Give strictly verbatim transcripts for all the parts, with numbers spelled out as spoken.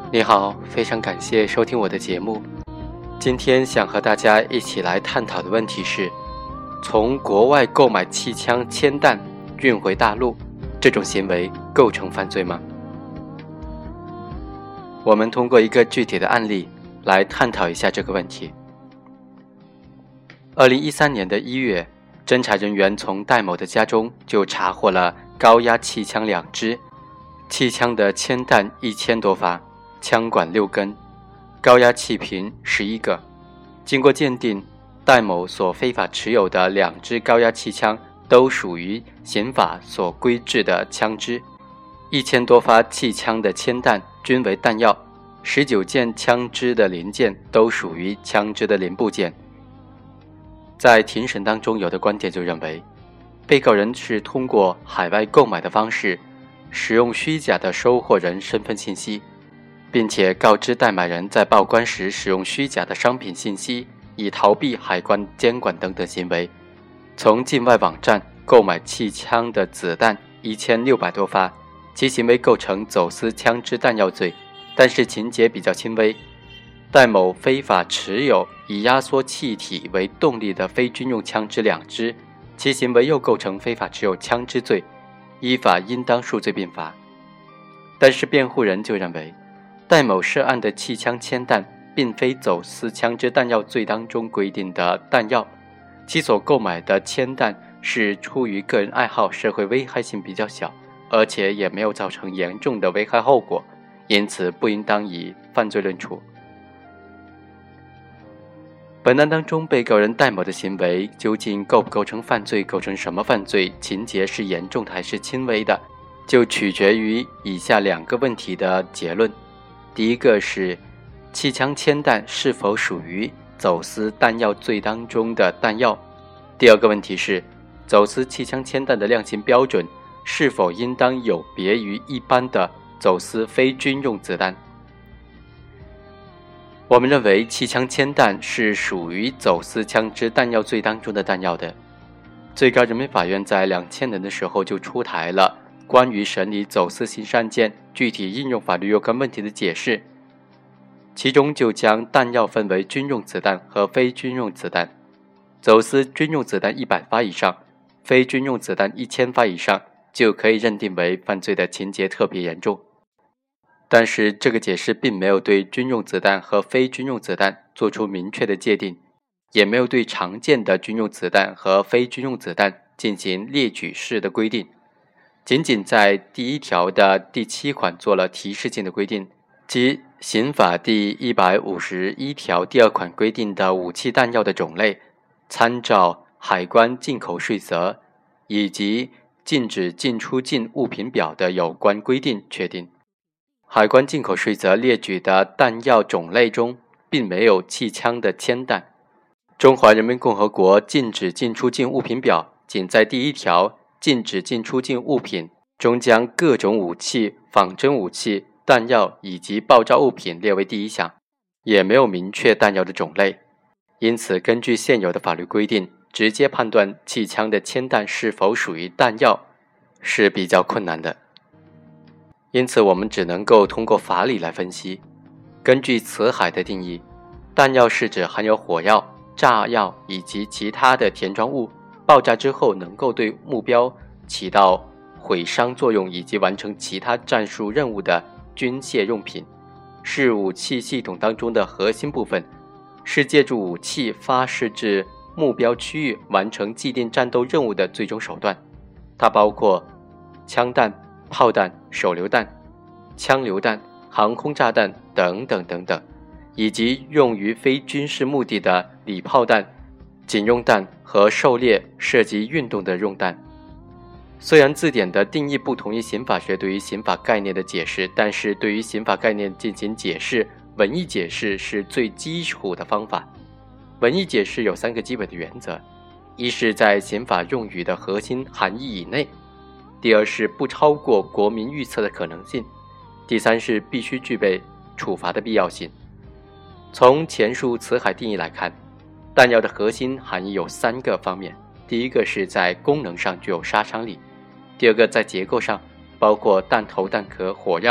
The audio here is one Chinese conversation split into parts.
你好，非常感谢收听我的节目。今天想和大家一起来探讨的问题是，从国外购买气枪铅弹运回大陆，这种行为构成犯罪吗？我们通过一个具体的案例来探讨一下这个问题。二零一三年的一月，侦查人员从戴某的家中就查获了高压气枪两支，气枪的铅弹一千多发，枪管六根，高压气瓶十一个。经过鉴定，戴某所非法持有的两支高压气枪都属于刑法所规制的枪支，一千多发气枪的铅弹均为弹药，十九件枪支的零件都属于枪支的零部件。在庭审当中，有的观点就认为，被告人是通过海外购买的方式，使用虚假的收货人身份信息，并且告知代买人在报关时使用虚假的商品信息，以逃避海关监管等等行为，从境外网站购买气枪的子弹一千六百多发，其行为构成走私枪支弹药罪，但是情节比较轻微。戴某非法持有以压缩气体为动力的非军用枪支两支，其行为又构成非法持有枪支罪，依法应当数罪并罚。但是辩护人就认为，戴某涉案的气枪铅弹并非走私枪支弹药罪当中规定的弹药，其所购买的铅弹是出于个人爱好，社会危害性比较小，而且也没有造成严重的危害后果，因此不应当以犯罪论处。本案当中，被告人戴某的行为究竟构不构成犯罪，构成什么犯罪，情节是严重的还是轻微的，就取决于以下两个问题的结论。第一个是气枪铅弹是否属于走私弹药罪当中的弹药，第二个问题是走私气枪铅弹的量刑标准是否应当有别于一般的走私非军用子弹。我们认为气枪铅弹是属于走私枪支弹药罪当中的弹药的。最高人民法院在两千年的时候就出台了关于审理走私刑事案件具体应用法律若干问题的解释，其中就将弹药分为军用子弹和非军用子弹。走私军用子弹一百发以上，非军用子弹一千发以上，就可以认定为犯罪的情节特别严重。但是这个解释并没有对军用子弹和非军用子弹做出明确的界定，也没有对常见的军用子弹和非军用子弹进行列举式的规定，仅仅在第一条的第七款做了提示性的规定，即刑法第一百五十一条第二款规定的武器弹药的种类，参照海关进口税则以及禁止进出境物品表的有关规定确定。海关进口税则列举的弹药种类中并没有气枪的铅弹。中华人民共和国禁止进出境物品表仅在第一条禁止进出境物品中将各种武器、仿真武器、弹药以及爆炸物品列为第一项，也没有明确弹药的种类。因此根据现有的法律规定，直接判断气枪的铅弹是否属于弹药是比较困难的。因此我们只能够通过法理来分析。根据辞海的定义，弹药是指含有火药、炸药以及其他的填装物，爆炸之后能够对目标起到毁伤作用以及完成其他战术任务的军械用品，是武器系统当中的核心部分，是借助武器发射至目标区域完成既定战斗任务的最终手段。它包括枪弹、炮弹、手榴弹、枪榴弹、航空炸弹等等等等，以及用于非军事目的的礼炮弹、警用弹和狩猎涉及运动的用弹。虽然字典的定义不同于刑法学对于刑法概念的解释，但是对于刑法概念进行解释，文义解释是最基础的方法。文义解释有三个基本的原则：一是在刑法用语的核心含义以内，第二是不超过国民预测的可能性，第三是必须具备处罚的必要性。从前述辞海定义来看，弹药的核心含义有三个方面：第一个是在功能上具有杀伤力，第二个在结构上包括弹头、弹壳、火药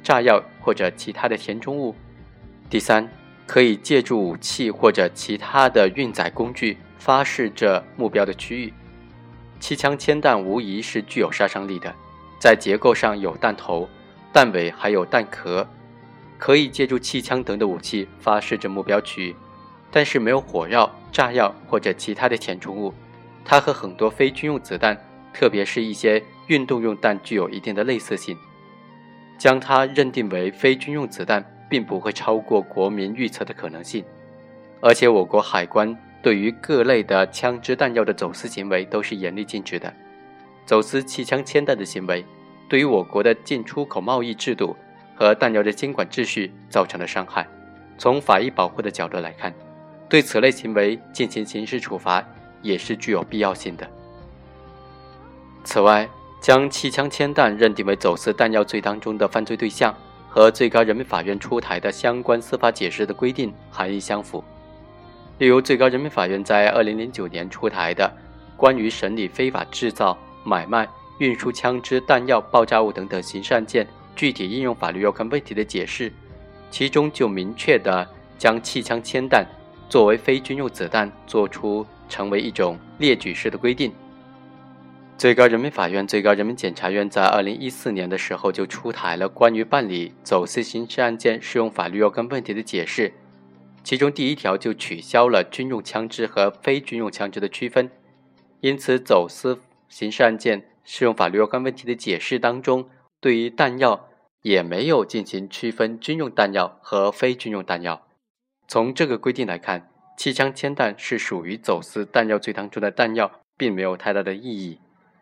炸药或者其他的填充物。第三，可以借助武器或者其他的运载工具发射这目标的区域。气枪铅弹无疑是具有杀伤力的，在结构上有弹头、弹尾还有弹壳，可以借助气枪等的武器发射这目标区域，但是没有火药、炸药或者其他的填充物。它和很多非军用子弹，特别是一些运动用弹具有一定的类似性，将它认定为非军用子弹并不会超过国民预测的可能性。而且我国海关对于各类的枪支弹药的走私行为都是严厉禁止的。走私气枪铅弹的行为对于我国的进出口贸易制度和弹药的监管秩序造成了伤害。从法益保护的角度来看，对此类行为进行刑事处罚也是具有必要性的。此外，将气枪铅弹认定为走私弹药罪当中的犯罪对象，和最高人民法院出台的相关司法解释的规定含义相符。例如，最高人民法院在二零零九年出台的《关于审理非法制造、买卖、运输枪支、弹药、爆炸物等等刑事案件具体应用法律若干问题的解释》，其中就明确地将气枪铅弹作为非军用子弹做出成为一种列举式的规定。最高人民法院、最高人民检察院在二零一四年的时候就出台了关于办理走私刑事案件适用法律若干问题的解释，其中第一条就取消了军用枪支和非军用枪支的区分。因此，走私刑事案件适用法律若干问题的解释当中，对于弹药也没有进行区分军用弹药和非军用弹药。从这个规定来看，气枪铅弹是属于走私弹药罪当中的弹药，并没有太大的意义。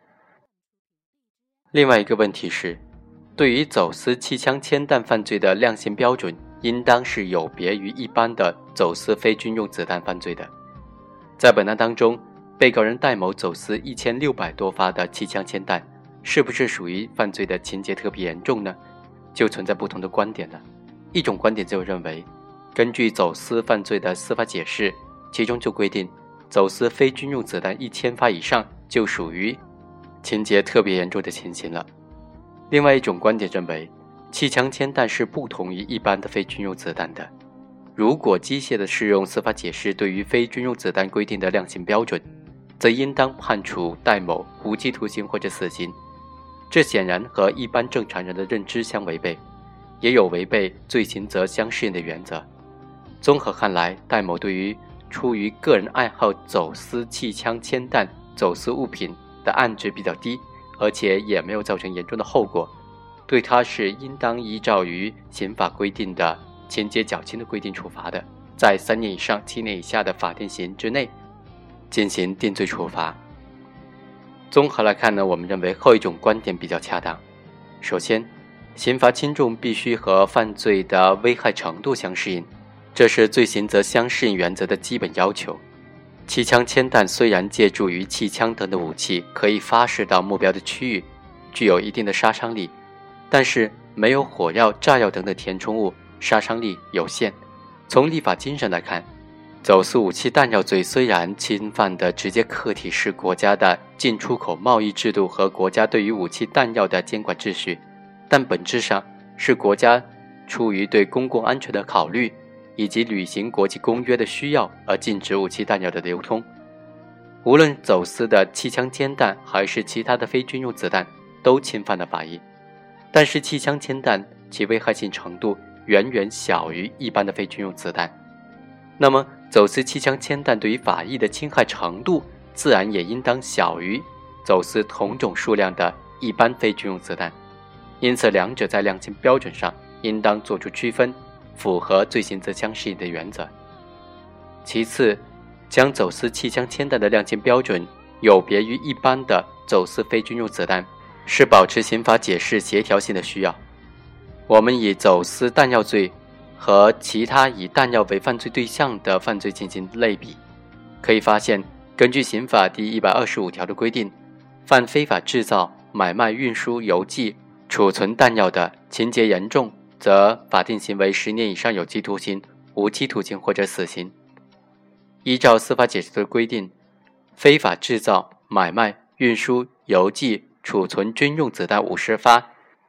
另外一个问题是，对于走私气枪铅弹犯罪的量刑标准应当是有别于一般的走私非军用子弹犯罪的。在本案当中，被告人戴某走私一千六百多发的气枪铅弹，是不是属于犯罪的情节特别严重呢？就存在不同的观点了。一种观点就认为，根据走私犯罪的司法解释，其中就规定走私非军用子弹一千发以上就属于情节特别严重的情形了。另外一种观点认为，气枪铅弹是不同于一般的非军用子弹的。如果机械地适用司法解释对于非军用子弹规定的量刑标准，则应当判处戴某无期徒刑或者死刑。这显然和一般正常人的认知相违背，也有违背罪刑责相适应的原则。综合看来，戴某对于出于个人爱好走私气枪铅弹、走私物品的案值比较低，而且也没有造成严重的后果，对他是应当依照于刑法规定的情节较轻的规定处罚的，在三年以上七年以下的法定刑之内进行定罪处罚。综合来看呢，我们认为后一种观点比较恰当。首先，刑罚轻重必须和犯罪的危害程度相适应，这是罪刑责相适应原则的基本要求。气枪铅弹虽然借助于气枪等的武器可以发射到目标的区域，具有一定的杀伤力，但是没有火药、炸药等的填充物，杀伤力有限。从立法精神来看，走私武器弹药罪虽然侵犯的直接客体是国家的进出口贸易制度和国家对于武器弹药的监管秩序，但本质上是国家出于对公共安全的考虑以及履行国际公约的需要而禁止武器弹药的流通。无论走私的气枪铅弹还是其他的非军用子弹，都侵犯了法益。但是气枪铅弹其危害性程度远远小于一般的非军用子弹，那么走私气枪铅弹对于法益的侵害程度自然也应当小于走私同种数量的一般非军用子弹。因此两者在量刑标准上应当做出区分，符合罪刑责相适应的原则。其次，将走私气枪铅弹的量刑标准有别于一般的走私非军用子弹，是保持刑法解释协调性的需要。我们以走私弹药罪和其他以弹药为犯罪对象的犯罪进行类比，可以发现，根据刑法第一百二十五条的规定，犯非法制造、买卖、运输、邮寄、储存弹药的，情节严重，则法定刑为十年以上有期徒刑、无期徒刑或者死刑。依照司法解释的规定，非法制造、买卖、运输、邮寄、储存军用子弹五十发，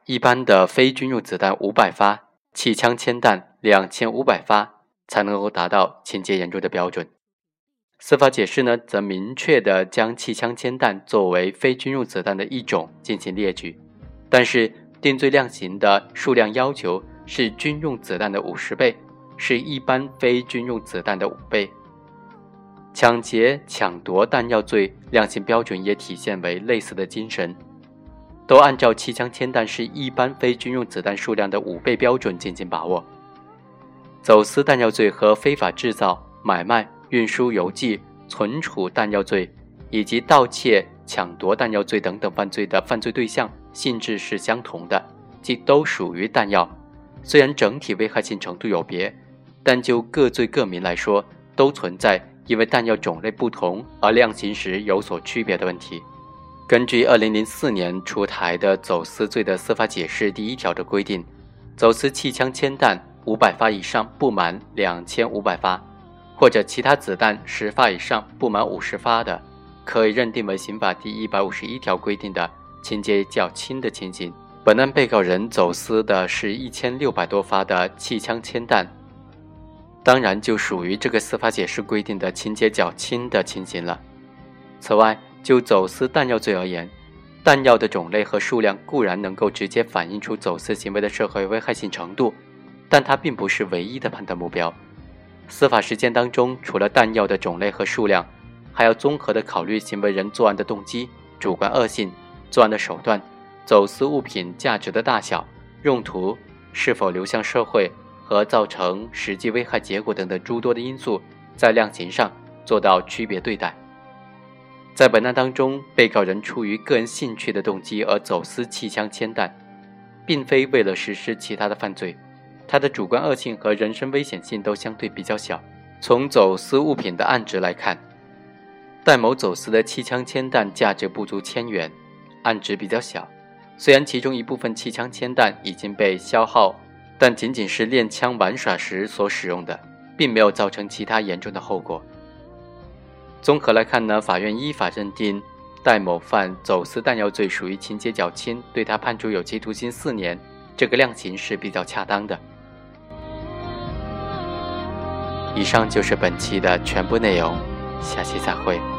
一般的非军用子弹五百发，气枪铅弹两千五百发才能够达到情节严重的标准。司法解释呢，则明确地将气枪铅弹作为非军用子弹的一种进行列举，但是定罪量刑的数量要求是军用子弹的五十倍，是一般非军用子弹的五倍。抢劫、抢夺弹药罪量刑标准也体现为类似的精神，都按照气枪铅弹是一般非军用子弹数量的五倍标准进行把握。走私弹药罪和非法制造、买卖、运输、邮寄、存储弹药罪以及盗窃、抢夺弹药罪等等犯罪的犯罪对象性质是相同的，即都属于弹药。虽然整体危害性程度有别，但就各罪各民来说，都存在因为弹药种类不同而量刑时有所区别的问题。根据二零零四年出台的走私罪的司法解释第一条的规定，走私气枪铅弹五百发以上不满两千五百发，或者其他子弹十发以上不满五十发的，可以认定为刑法第一百五十一条规定的情节较轻的情形。本案被告人走私的是一千六百多发的气枪铅弹，当然就属于这个司法解释规定的情节较轻的情形了。此外，就走私弹药罪而言，弹药的种类和数量固然能够直接反映出走私行为的社会危害性程度，但它并不是唯一的判断目标。司法实践当中，除了弹药的种类和数量，还要综合地考虑行为人作案的动机、主观恶性、作案的手段、走私物品价值的大小、用途、是否流向社会和造成实际危害结果等等诸多的因素，在量刑上做到区别对待。在本案当中，被告人出于个人兴趣的动机而走私气枪铅弹，并非为了实施其他的犯罪，他的主观恶性和人身危险性都相对比较小。从走私物品的案值来看，戴某走私的气枪铅弹价值不足千元，案值比较小。虽然其中一部分气枪铅弹已经被消耗，但仅仅是练枪玩耍时所使用的，并没有造成其他严重的后果。综合来看呢，法院依法认定戴某犯走私弹药罪属于情节较轻，对他判处有期徒刑四年，这个量刑是比较恰当的。以上就是本期的全部内容，下期再会。